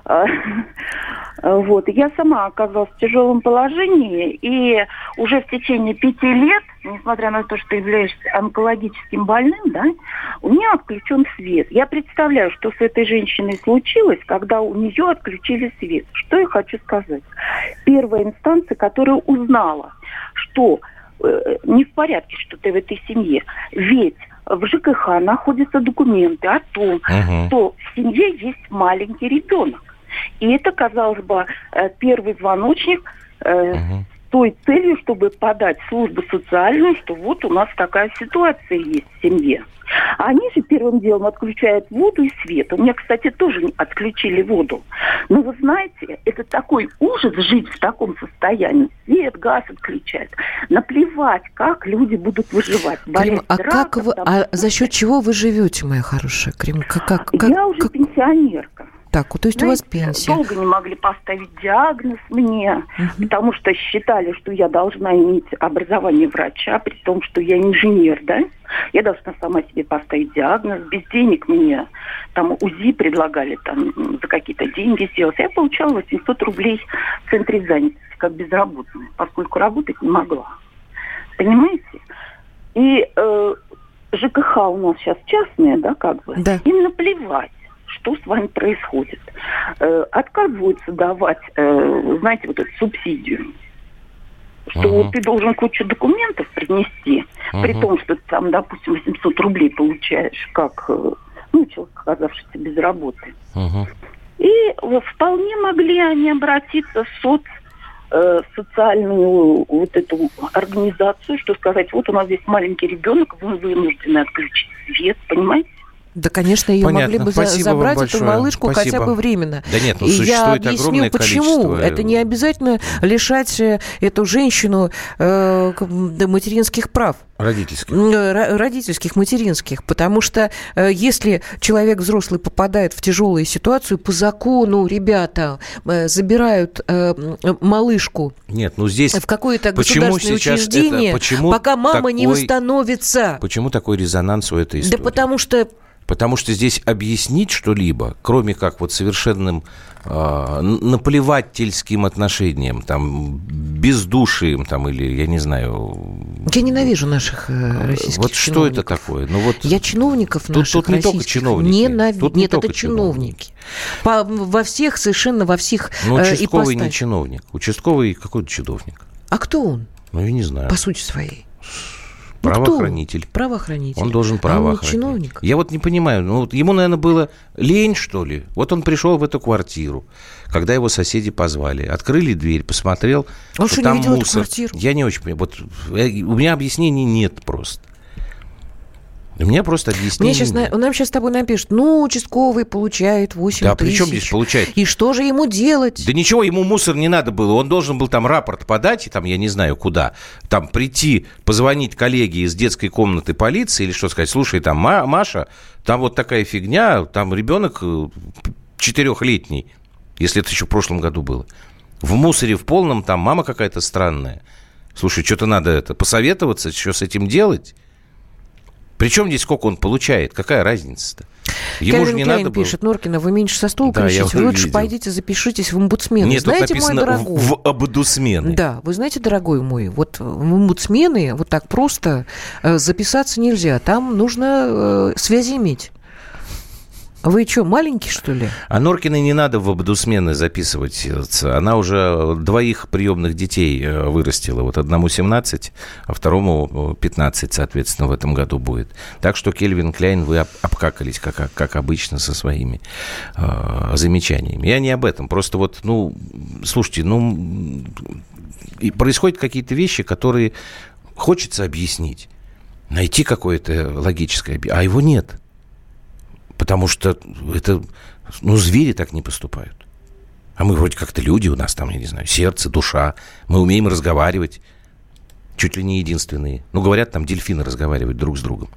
Вот. Я сама оказалась в тяжелом положении, и уже в течение пяти лет, несмотря на то, что являюсь онкологическим больным, да, у меня отключен свет. Я представляю, что с этой женщиной случилось, когда у нее отключили свет. Что я хочу сказать? Первая инстанция, которая узнала, что э, не в порядке что-то в этой семье, ведь в ЖКХ находятся документы о том, uh-huh. что в семье есть маленький ребенок. И это, казалось бы, первый звоночник э, uh-huh. с той целью, чтобы подать в службу социальную, что вот у нас такая ситуация есть в семье. Они же первым делом отключают воду и свет. У меня, кстати, тоже отключили воду. Но вы знаете, это такой ужас жить в таком состоянии. Свет, газ отключают. Наплевать, как люди будут выживать. Крим, а как вы, а за счет чего вы живете, моя хорошая? Крим, как, как, как, Я уже как... пенсионерка. Так, то есть знаете, у вас пенсия. Долго не могли поставить диагноз мне, uh-huh. потому что считали, что я должна иметь образование врача, при том, что я инженер, да? Я должна сама себе поставить диагноз. Без денег мне там УЗИ предлагали там за какие-то деньги сделать. Я получала восемьсот рублей в центре занятости, как безработная, поскольку работать не могла. Понимаете? И э, ЖКХ у нас сейчас частные, да, как бы. Да. Им наплевать, что с вами происходит. Э, отказываются давать, э, знаете, вот эту субсидию. Что uh-huh. вот ты должен кучу документов принести, uh-huh. при том, что ты там, допустим, восемьсот рублей получаешь, как, ну, человек, оказавшийся без работы. Uh-huh. И вполне могли они обратиться в соц, э, социальную вот эту организацию, что сказать, вот у нас здесь маленький ребенок, вы вынуждены отключить свет, понимаете? Да, конечно, ее Понятно. могли бы Спасибо забрать, эту малышку, Спасибо. хотя бы временно. Да нет, ну и существует я объясню, огромное почему. количество. Это не обязательно лишать эту женщину э, материнских прав. Родительских. Родительских, материнских. Потому что э, если человек взрослый попадает в тяжелую ситуацию, по закону, ребята, э, забирают э, малышку Нет, ну здесь в какое-то государственное учреждение, это, пока мама такой, не восстановится. Почему такой резонанс у этой истории? Да потому что... Потому что здесь объяснить что-либо, кроме как вот совершенным э, наплевательским отношениям, там, бездушием, там, или, я не знаю... Я ненавижу наших э, российских вот чиновников. Что это такое? Ну, вот Я чиновников тут, наших тут не только чиновники. Ненавижу. Тут Нет, не это чиновники. По, во всех, совершенно во всех Ну, э, участковый ипостасях. не чиновник. Участковый какой-то чиновник. А кто он? Ну, я не знаю. По сути своей. Правоохранитель. Ну, правоохранитель. Он должен правоохранитель. А он не чиновник. Я вот не понимаю, ну вот ему, наверное, было лень, что ли. Вот он пришел в эту квартиру, когда его соседи позвали, открыли дверь, посмотрел, он что что, там не видел мусор. Эту квартиру? Я не очень понимаю. Вот у меня объяснений нет просто. У меня просто объяснение. Мне сейчас, на, нам сейчас с тобой напишут, ну, участковый получает восемь да, тысяч. при чем здесь получает? И что же ему делать? Да ничего, ему мусор не надо было. Он должен был там рапорт подать, и там, я не знаю, куда. Там прийти, позвонить коллеге из детской комнаты полиции или что сказать, слушай, там, Маша, там вот такая фигня, там ребенок четырехлетний, если это еще в прошлом году было. В мусоре в полном, там мама какая-то странная. Слушай, что-то надо это посоветоваться, что с этим делать. Причем здесь сколько он получает? Какая разница-то? Ему Кельвин же не Кляйн надо было... пишет, Норкина, вы меньше со стула да, кричите, вы лучше видел. пойдите, запишитесь в омбудсмены. Нет, знаете, тут мой дорогой? В, в омбудсмены. Да, вы знаете, дорогой мой, вот в омбудсмены вот так просто э, записаться нельзя. Там нужно э, связи иметь. Вы что, маленький, что ли? А Норкиной не надо в омбудсмены записывать. Она уже двоих приемных детей вырастила. Вот одному семнадцать, а второму пятнадцать, соответственно, в этом году будет. Так что, Кельвин Кляйн, вы обкакались, как, как обычно, со своими э, замечаниями. Я не об этом. Просто вот, ну, слушайте, ну, происходят какие-то вещи, которые хочется объяснить. Найти какое-то логическое объяснение, а его нет. Потому что это, ну, звери так не поступают. А мы вроде как-то люди, у нас там, я не знаю, сердце, душа. Мы умеем разговаривать. Чуть ли не единственные. Ну, говорят, там дельфины разговаривают друг с другом.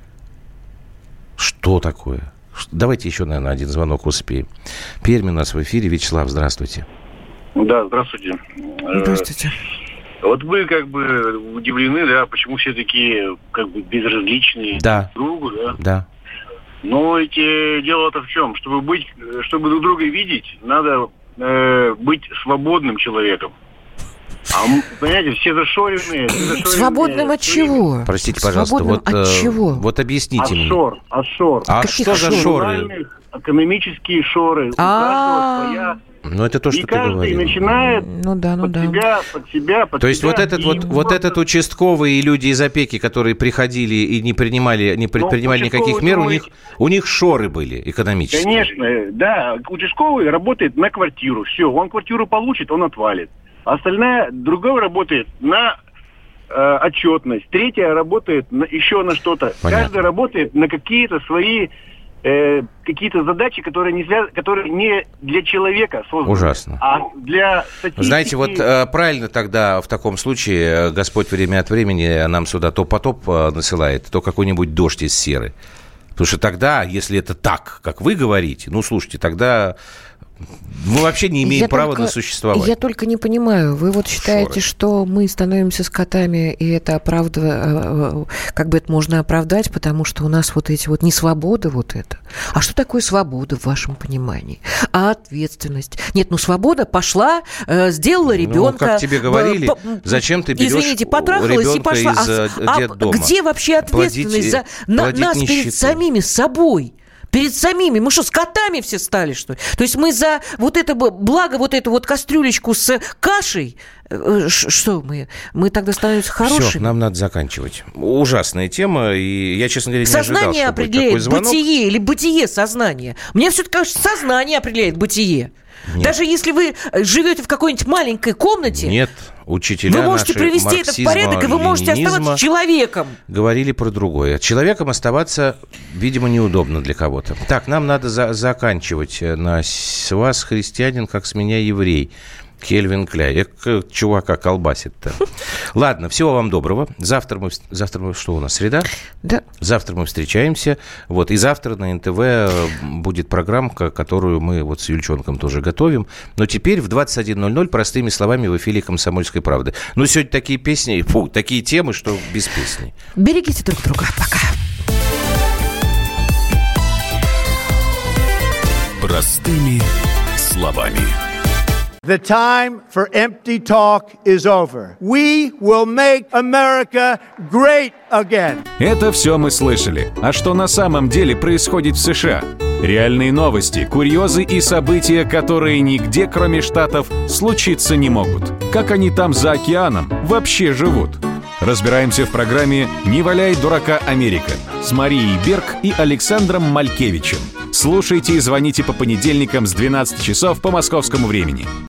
Что такое? Давайте еще, наверное, один звонок успеем. Пермь у нас в эфире. Вячеслав, здравствуйте. Да, здравствуйте. Здравствуйте. Вот вы как бы удивлены, да, почему все такие как бы безразличные да. друг другу, да? Да. Но ведь дело-то в чем? Чтобы быть, чтобы друг друга видеть, надо э, быть свободным человеком. А, понимаете, все зашоренные. Все зашоренные свободным от чего? Простите, пожалуйста, свободным вот, от э, чего? вот объясните мне. Офшор, офшор. А Каких что за шоры? Экономические шоры. У каждого своя. Ну, это то, что и ты каждый говорил. начинает ну, да, ну, под, да. себя, под себя, под То есть себя. вот этот, вот, вот этот участковый и люди из опеки, которые приходили и не принимали, не предпринимали никаких мер, у них, у них шоры были экономические. Конечно, да. Участковый работает на квартиру. Все, он квартиру получит, он отвалит. Остальная, другой работает на э, отчетность. Третья работает на, еще на что-то. Понятно. Каждый работает на какие-то свои э, какие-то задачи, которые не, связ... которые не для человека созданы. Ужасно. А для статистики... Знаете, вот э, правильно тогда в таком случае Господь время от времени нам сюда то потоп э, насылает, то какой-нибудь дождь из серы. Потому что тогда, если это так, как вы говорите, ну, слушайте, тогда... Мы вообще не имеем я права только, на существование. Я только не понимаю, вы вот считаете, Шоры. Что мы становимся скотами, и это оправдывает, как бы это можно оправдать, потому что у нас вот эти вот несвободы, вот это. А что такое свобода в вашем понимании? А ответственность? Нет, ну свобода пошла, сделала ребенка. Ну, как тебе говорили, по, зачем ты берешь извините, потрахалась и пошла. Из а, детдома? А где вообще ответственность плодить, за на, нас нищету. Перед самими собой? Перед самими. Мы что, с котами все стали, что ли? То есть мы за вот это благо, вот эту вот кастрюлечку с кашей, что мы? Мы тогда становимся хорошими. Все, нам надо заканчивать. Ужасная тема, и я, честно говоря, не сознание ожидал, что будет такой звонок. Бытие или бытие сознания. Мне все-таки кажется, сознание определяет бытие. Нет. Даже если вы живете в какой-нибудь маленькой комнате, нет, учителя вы можете привести это в порядок, и вы можете оставаться человеком. Говорили про другое. Человеком оставаться, видимо, неудобно для кого-то. Так, нам надо за- заканчивать. На с вас христианин, как с меня еврей. Кельвин Кляй. Чувака колбасит-то. Ладно, всего вам доброго. Завтра мы... Завтра мы... Что у нас, среда? Да. Завтра мы встречаемся. Вот. И завтра на эн тэ вэ будет программка, которую мы вот с Юльчонком тоже готовим. Но теперь в двадцать один ноль ноль простыми словами в эфире «Комсомольской правды». Ну, сегодня такие песни, фу, такие темы, что без песни. Берегите друг друга. Пока. Простыми словами. The time for empty talk is over. We will make America great again. Это все мы слышали. А что на самом деле происходит в США? Реальные новости, курьезы и события, которые нигде, кроме Штатов, случиться не могут. Как они там за океаном вообще живут? Разбираемся в программе «Не валяй дурака, Америка» с Марией Берг и Александром Малькевичем. Слушайте и звоните по понедельникам с двенадцати часов по московскому времени.